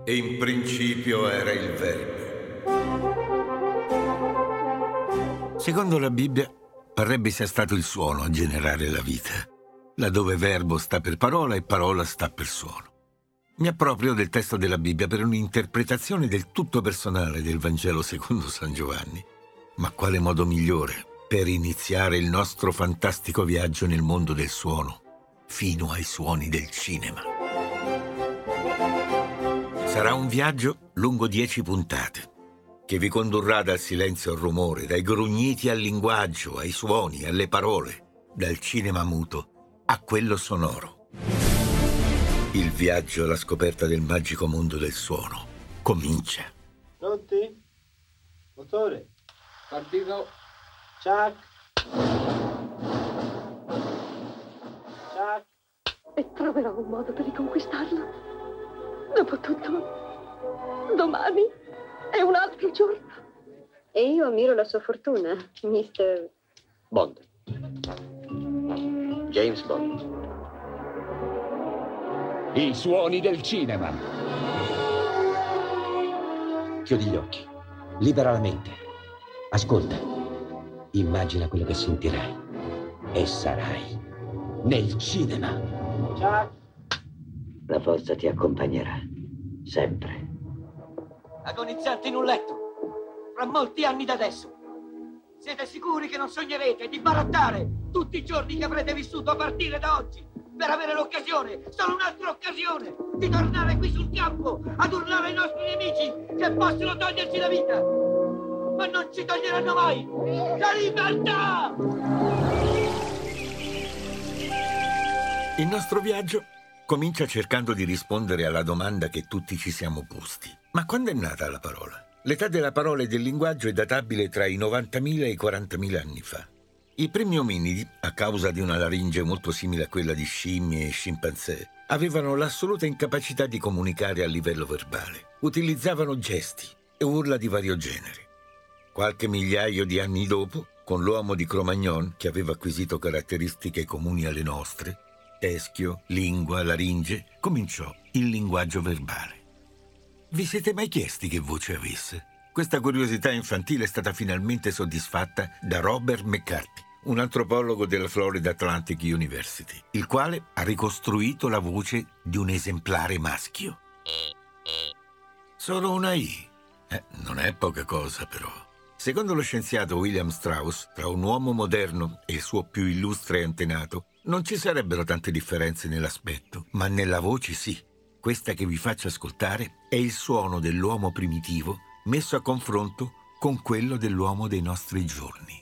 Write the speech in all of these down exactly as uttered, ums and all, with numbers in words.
In principio era il Verbo. Secondo la Bibbia, parrebbe sia stato il suono a generare la vita, laddove verbo sta per parola e parola sta per suono. Mi approprio del testo della Bibbia per un'interpretazione del tutto personale del Vangelo secondo San Giovanni. Ma quale modo migliore per iniziare il nostro fantastico viaggio nel mondo del suono, fino ai suoni del cinema? Sarà un viaggio lungo dieci puntate, che vi condurrà dal silenzio al rumore, dai grugniti al linguaggio, ai suoni, alle parole, dal cinema muto a quello sonoro. Il viaggio alla scoperta del magico mondo del suono comincia. Pronti? Motore. Partito. Ciak. Ciak. E troverò un modo per riconquistarlo. Dopotutto, domani è un altro giorno. E io ammiro la sua fortuna, mister Bond. James Bond. I suoni del cinema. Chiudi gli occhi, libera la mente. Ascolta, immagina quello che sentirai e sarai nel cinema. Ciak. La forza ti accompagnerà, sempre. Agonizzanti in un letto, fra molti anni da adesso. Siete sicuri che non sognerete di barattare tutti i giorni che avrete vissuto a partire da oggi per avere l'occasione, solo un'altra occasione, di tornare qui sul campo ad urlare ai nostri nemici che possono toglierci la vita, ma non ci toglieranno mai la libertà! Il nostro viaggio comincia cercando di rispondere alla domanda che tutti ci siamo posti. Ma quando è nata la parola? L'età della parola e del linguaggio è databile tra i novantamila e i quarantamila anni fa. I primi ominidi, a causa di una laringe molto simile a quella di scimmie e scimpanzé, avevano l'assoluta incapacità di comunicare a livello verbale. Utilizzavano gesti e urla di vario genere. Qualche migliaio di anni dopo, con l'uomo di Cro-Magnon, che aveva acquisito caratteristiche comuni alle nostre, teschio, lingua, laringe, cominciò il linguaggio verbale. Vi siete mai chiesti che voce avesse? Questa curiosità infantile è stata finalmente soddisfatta da Robert McCarthy, un antropologo della Florida Atlantic University, il quale ha ricostruito la voce di un esemplare maschio. Solo una I. Eh, non è poca cosa, però. Secondo lo scienziato William Strauss, tra un uomo moderno e il suo più illustre antenato, non ci sarebbero tante differenze nell'aspetto, ma nella voce sì. Questa che vi faccio ascoltare è il suono dell'uomo primitivo messo a confronto con quello dell'uomo dei nostri giorni.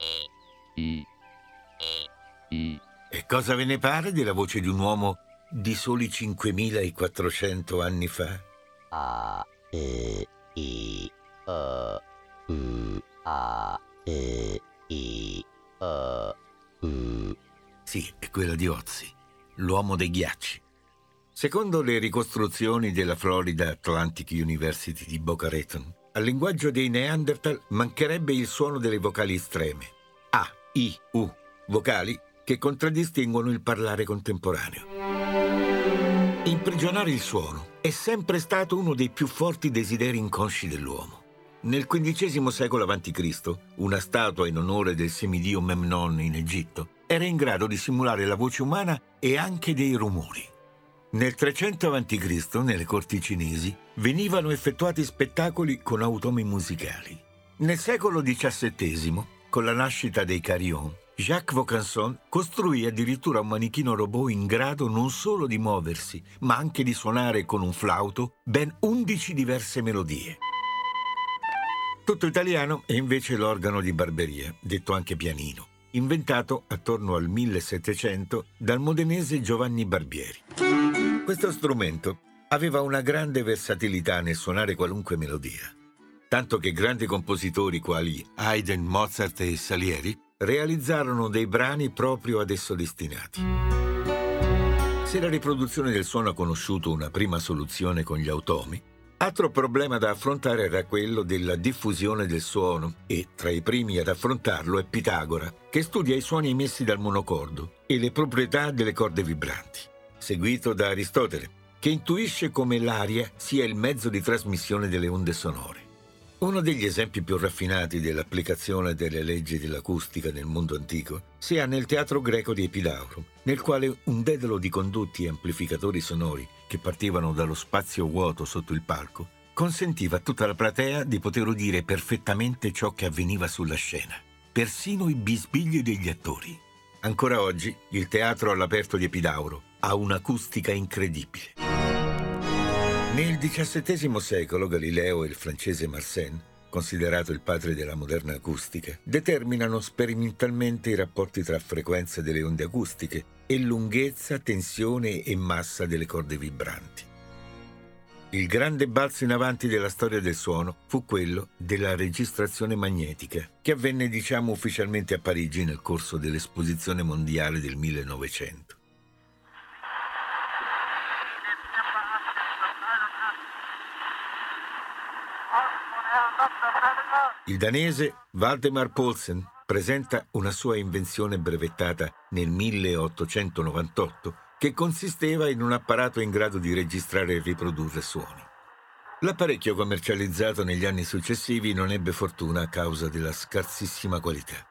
E cosa ve ne pare della voce di un uomo di soli cinquemilaquattrocento anni fa? A, E, I, O, U, A, E, I, O, U. Sì, è quella di Ozzy, l'uomo dei ghiacci. Secondo le ricostruzioni della Florida Atlantic University di Boca Raton, al linguaggio dei Neanderthal mancherebbe il suono delle vocali estreme, A, I, U, vocali che contraddistinguono il parlare contemporaneo. Imprigionare il suono è sempre stato uno dei più forti desideri inconsci dell'uomo. Nel quindicesimo secolo avanti Cristo, una statua in onore del semidio Memnon in Egitto era in grado di simulare la voce umana e anche dei rumori. Nel trecento avanti Cristo, nelle corti cinesi, venivano effettuati spettacoli con automi musicali. Nel secolo diciassettesimo, con la nascita dei carillon, Jacques Vaucanson costruì addirittura un manichino robot in grado non solo di muoversi, ma anche di suonare con un flauto ben undici diverse melodie. Tutto italiano è invece l'organo di barberia, detto anche pianino, inventato attorno al millesettecento dal modenese Giovanni Barbieri. Questo strumento aveva una grande versatilità nel suonare qualunque melodia, tanto che grandi compositori quali Haydn, Mozart e Salieri realizzarono dei brani proprio ad esso destinati. Se la riproduzione del suono ha conosciuto una prima soluzione con gli automi, altro problema da affrontare era quello della diffusione del suono e tra i primi ad affrontarlo è Pitagora, che studia i suoni emessi dal monocordo e le proprietà delle corde vibranti, seguito da Aristotele, che intuisce come l'aria sia il mezzo di trasmissione delle onde sonore. Uno degli esempi più raffinati dell'applicazione delle leggi dell'acustica nel mondo antico si ha nel teatro greco di Epidauro, nel quale un dedalo di condotti e amplificatori sonori che partivano dallo spazio vuoto sotto il palco consentiva a tutta la platea di poter udire perfettamente ciò che avveniva sulla scena, persino i bisbigli degli attori. Ancora oggi il teatro all'aperto di Epidauro ha un'acustica incredibile. Nel diciassettesimo secolo Galileo e il francese Mersenne, considerato il padre della moderna acustica, determinano sperimentalmente i rapporti tra frequenza delle onde acustiche e lunghezza, tensione e massa delle corde vibranti. Il grande balzo in avanti della storia del suono fu quello della registrazione magnetica, che avvenne, diciamo, ufficialmente a Parigi nel corso dell'Esposizione mondiale del millenovecento. Il danese Valdemar Poulsen presenta una sua invenzione brevettata nel milleottocentonovantotto che consisteva in un apparato in grado di registrare e riprodurre suoni. L'apparecchio commercializzato negli anni successivi non ebbe fortuna a causa della scarsissima qualità.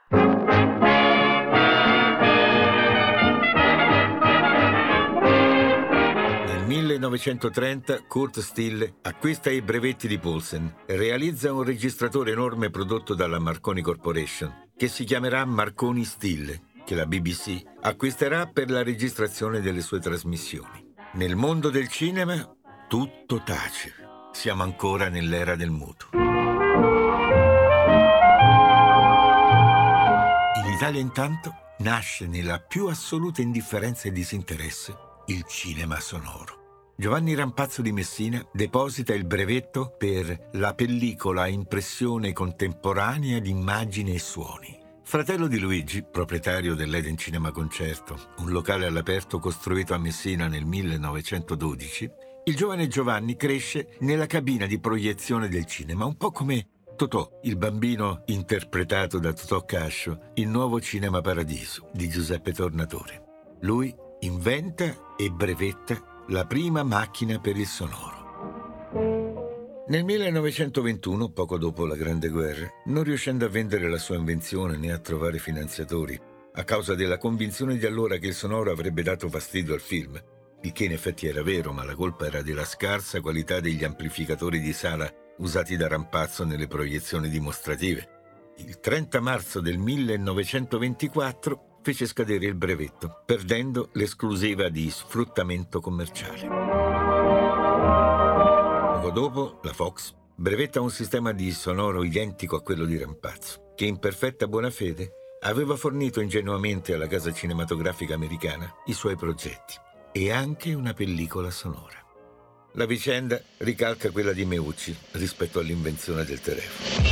Nel millenovecentotrenta Kurt Stille acquista i brevetti di Poulsen e realizza un registratore enorme prodotto dalla Marconi Corporation, che si chiamerà Marconi Stille, che la B B C acquisterà per la registrazione delle sue trasmissioni. Nel mondo del cinema tutto tace. Siamo ancora nell'era del muto. In Italia intanto nasce nella più assoluta indifferenza e disinteresse il cinema sonoro. Giovanni Rampazzo di Messina deposita il brevetto per la pellicola a impressione contemporanea di immagini e suoni. Fratello di Luigi, proprietario dell'Eden Cinema Concerto, un locale all'aperto costruito a Messina nel millenovecentododici, il giovane Giovanni cresce nella cabina di proiezione del cinema, un po' come Totò, il bambino interpretato da Totò Cascio in Nuovo Cinema Paradiso di Giuseppe Tornatore. Lui inventa e brevetta la prima macchina per il sonoro. Nel millenovecentoventuno, poco dopo la Grande Guerra, non riuscendo a vendere la sua invenzione né a trovare finanziatori, a causa della convinzione di allora che il sonoro avrebbe dato fastidio al film, il che in effetti era vero, ma la colpa era della scarsa qualità degli amplificatori di sala usati da Rampazzo nelle proiezioni dimostrative, il trenta marzo del millenovecentoventiquattro fece scadere il brevetto, perdendo l'esclusiva di sfruttamento commerciale. Poco dopo, la Fox brevetta un sistema di sonoro identico a quello di Rampazzo, che in perfetta buona fede aveva fornito ingenuamente alla casa cinematografica americana i suoi progetti e anche una pellicola sonora. La vicenda ricalca quella di Meucci rispetto all'invenzione del telefono.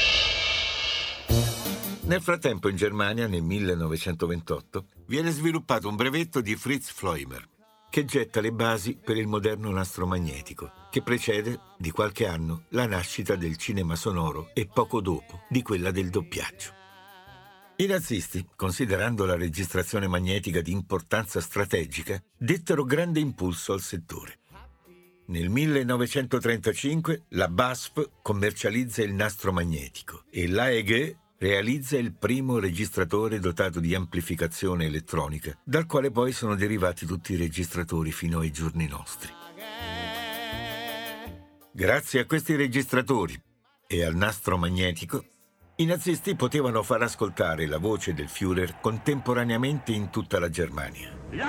Nel frattempo in Germania, nel millenovecentoventotto, viene sviluppato un brevetto di Fritz Fleumer, che getta le basi per il moderno nastro magnetico, che precede di qualche anno la nascita del cinema sonoro e poco dopo di quella del doppiaggio. I nazisti, considerando la registrazione magnetica di importanza strategica, dettero grande impulso al settore. Nel millenovecentotrentacinque la B A S F commercializza il nastro magnetico e l'A E G realizza il primo registratore dotato di amplificazione elettronica, dal quale poi sono derivati tutti i registratori fino ai giorni nostri. Grazie a questi registratori e al nastro magnetico, i nazisti potevano far ascoltare la voce del Führer contemporaneamente in tutta la Germania.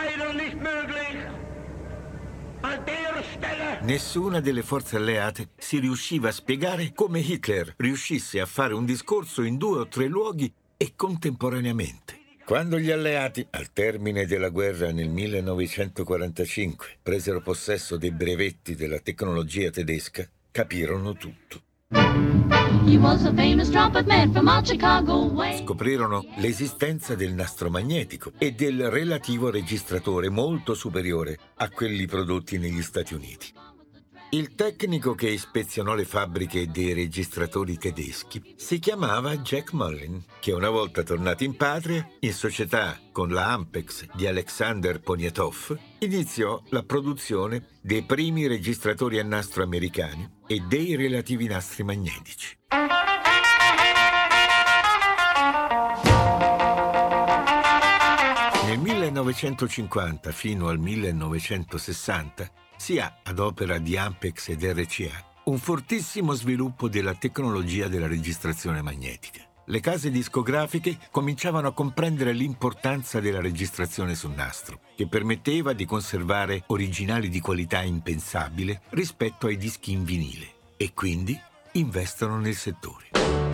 Nessuna delle forze alleate si riusciva a spiegare come Hitler riuscisse a fare un discorso in due o tre luoghi e contemporaneamente. Quando gli alleati, al termine della guerra nel millenovecentoquarantacinque, presero possesso dei brevetti della tecnologia tedesca, capirono tutto. Scoprirono l'esistenza del nastro magnetico e del relativo registratore molto superiore a quelli prodotti negli Stati Uniti. Il tecnico che ispezionò le fabbriche dei registratori tedeschi si chiamava Jack Mullin, che una volta tornato in patria, in società con la Ampex di Alexander Poniatov, iniziò la produzione dei primi registratori a nastro americani e dei relativi nastri magnetici. Nel millenovecentocinquanta fino al millenovecentosessanta si ha, ad opera di Ampex ed R C A, un fortissimo sviluppo della tecnologia della registrazione magnetica. Le case discografiche cominciavano a comprendere l'importanza della registrazione su nastro, che permetteva di conservare originali di qualità impensabile rispetto ai dischi in vinile, e quindi investono nel settore.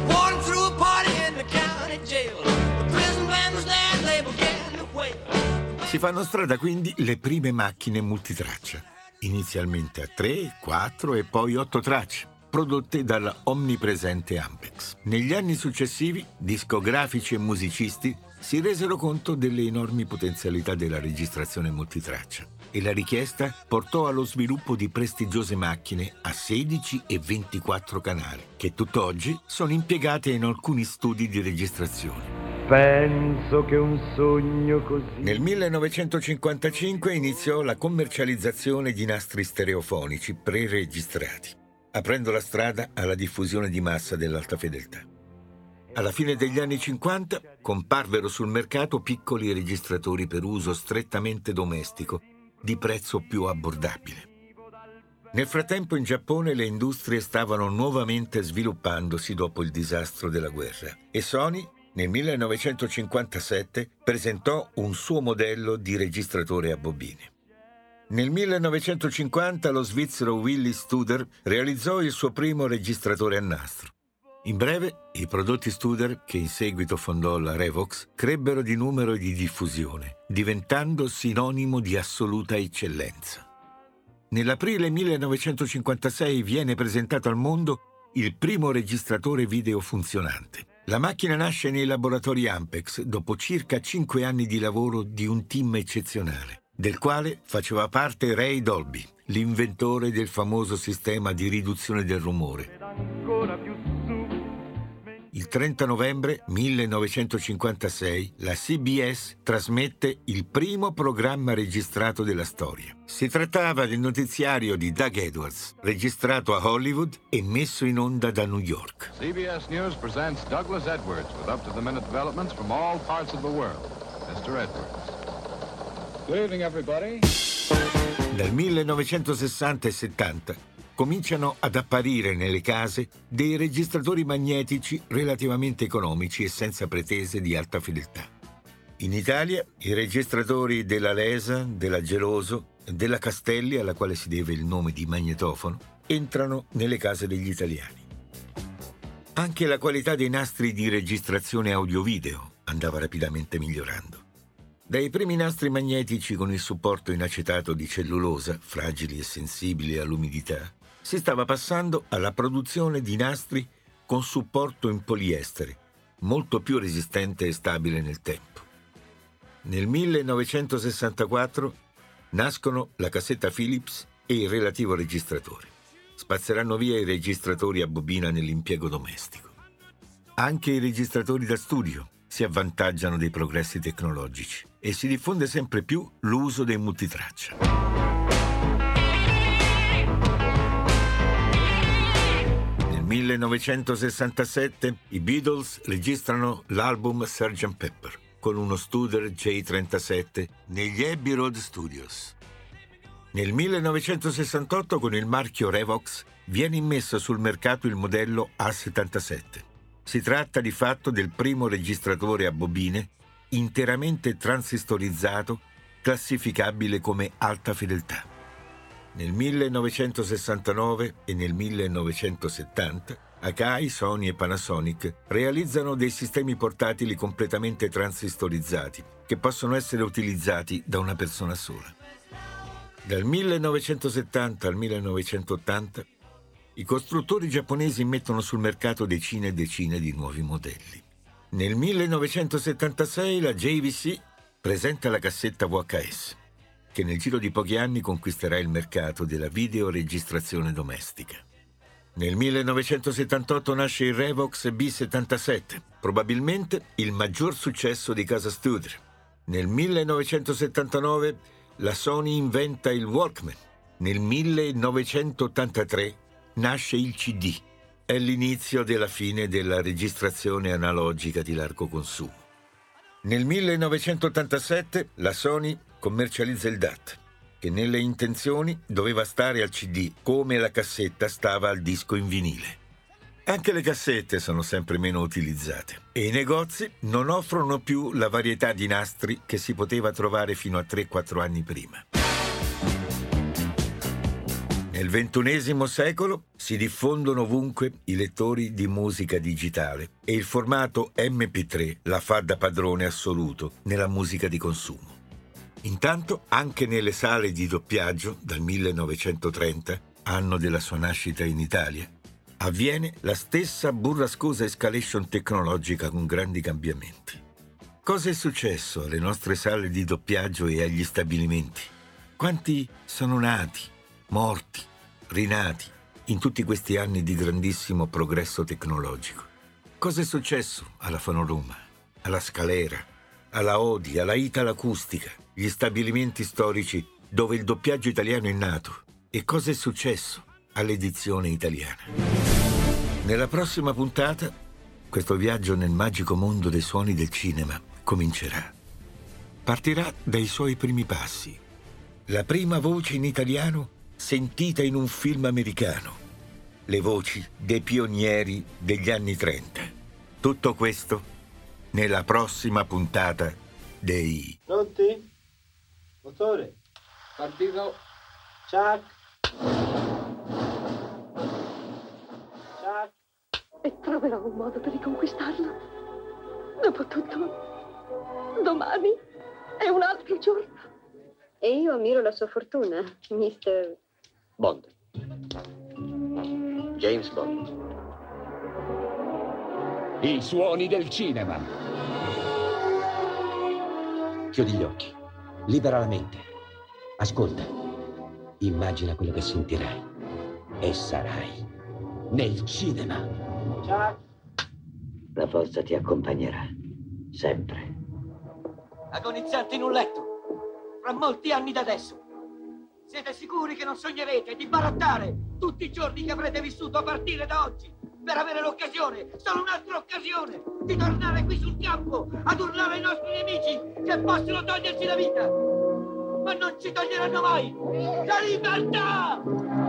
Si fanno strada quindi le prime macchine multitraccia, inizialmente a tre, quattro e poi otto tracce, prodotte dalla onnipresente Ampex. Negli anni successivi, discografici e musicisti si resero conto delle enormi potenzialità della registrazione multitraccia e la richiesta portò allo sviluppo di prestigiose macchine a sedici e ventiquattro canali, che tutt'oggi sono impiegate in alcuni studi di registrazione. Penso che un sogno così... Nel millenovecentocinquantacinque iniziò la commercializzazione di nastri stereofonici pre-registrati, aprendo la strada alla diffusione di massa dell'alta fedeltà. Alla fine degli anni cinquanta comparvero sul mercato piccoli registratori per uso strettamente domestico, di prezzo più abbordabile. Nel frattempo in Giappone le industrie stavano nuovamente sviluppandosi dopo il disastro della guerra e Sony nel millenovecentocinquantasette presentò un suo modello di registratore a bobine. Nel millenovecentocinquanta lo svizzero Willy Studer realizzò il suo primo registratore a nastro. In breve, i prodotti Studer, che in seguito fondò la Revox, crebbero di numero e di diffusione, diventando sinonimo di assoluta eccellenza. Nell'aprile millenovecentocinquantasei viene presentato al mondo il primo registratore video funzionante. La macchina nasce nei laboratori Ampex dopo circa cinque anni di lavoro di un team eccezionale, del quale faceva parte Ray Dolby, l'inventore del famoso sistema di riduzione del rumore. Il trenta novembre millenovecentocinquantasei la C B S trasmette il primo programma registrato della storia. Si trattava del notiziario di Doug Edwards, registrato a Hollywood e messo in onda da New York. C B S News presents Douglas Edwards with up-to-the-minute developments from all parts of the world. mister Edwards. Good evening, everybody. Dal millenovecentosessanta e settanta cominciano ad apparire nelle case dei registratori magnetici relativamente economici e senza pretese di alta fedeltà. In Italia i registratori della Lesa, della Geloso, della Castelli, alla quale si deve il nome di magnetofono, entrano nelle case degli italiani. Anche la qualità dei nastri di registrazione audio-video andava rapidamente migliorando. Dai primi nastri magnetici con il supporto in acetato di cellulosa, fragili e sensibili all'umidità, si stava passando alla produzione di nastri con supporto in poliestere, molto più resistente e stabile nel tempo. Nel millenovecentosessantaquattro nascono la cassetta Philips e il relativo registratore. Spazzeranno via i registratori a bobina nell'impiego domestico. Anche i registratori da studio si avvantaggiano dei progressi tecnologici e si diffonde sempre più l'uso dei multitraccia. Nel millenovecentosessantasette i Beatles registrano l'album sergeant Pepper con uno Studer J trentasette negli Abbey Road Studios. Nel millenovecentosessantotto con il marchio Revox viene immesso sul mercato il modello A settantasette. Si tratta di fatto del primo registratore a bobine interamente transistorizzato, classificabile come alta fedeltà. Nel millenovecentosessantanove e nel millenovecentosettanta Akai, Sony e Panasonic realizzano dei sistemi portatili completamente transistorizzati che possono essere utilizzati da una persona sola. Dal millenovecentosettanta al millenovecentottanta i costruttori giapponesi mettono sul mercato decine e decine di nuovi modelli. Nel millenovecentosettantasei la J V C presenta la cassetta V H S. che nel giro di pochi anni conquisterà il mercato della videoregistrazione domestica. Nel millenovecentosettantotto nasce il Revox B settantasette, probabilmente il maggior successo di casa Studer. Nel millenovecentosettantanove la Sony inventa il Walkman. Nel millenovecentottantatré nasce il C D. È l'inizio della fine della registrazione analogica di largo consumo. Nel millenovecentottantasette la Sony commercializza il D A T, che nelle intenzioni doveva stare al C D come la cassetta stava al disco in vinile. Anche le cassette sono sempre meno utilizzate e i negozi non offrono più la varietà di nastri che si poteva trovare fino a tre quattro anni prima. Nel ventunesimo secolo si diffondono ovunque i lettori di musica digitale e il formato M P tre la fa da padrone assoluto nella musica di consumo. Intanto, anche nelle sale di doppiaggio, dal millenovecentotrenta, anno della sua nascita in Italia, avviene la stessa burrascosa escalation tecnologica con grandi cambiamenti. Cosa è successo alle nostre sale di doppiaggio e agli stabilimenti? Quanti sono nati, morti, rinati in tutti questi anni di grandissimo progresso tecnologico? Cosa è successo alla Fonoroma, alla Scalera, alla Odi, alla Ital Acustica, gli stabilimenti storici dove il doppiaggio italiano è nato? E cosa è successo all'edizione italiana? Nella prossima puntata, questo viaggio nel magico mondo dei suoni del cinema comincerà. Partirà dai suoi primi passi. La prima voce in italiano sentita in un film americano. Le voci dei pionieri degli anni trenta. Tutto questo nella prossima puntata dei... Pronti? Motore. Partito. Chuck. Chuck. E troverò un modo per riconquistarla. Dopotutto, domani è un altro giorno. E io ammiro la sua fortuna, mister... Bond. James Bond. I suoni del cinema. Chiudi gli occhi. Libera la mente. Ascolta. Immagina quello che sentirai. E sarai nel cinema. Chuck. La forza ti accompagnerà. Sempre. Agonizzanti in un letto, fra molti anni da adesso. Siete sicuri che non sognerete di barattare tutti i giorni che avrete vissuto a partire da oggi per avere l'occasione, solo un'altra occasione, di tornare qui sul campo ad urlare ai nostri nemici che possono toglierci la vita, ma non ci toglieranno mai la libertà!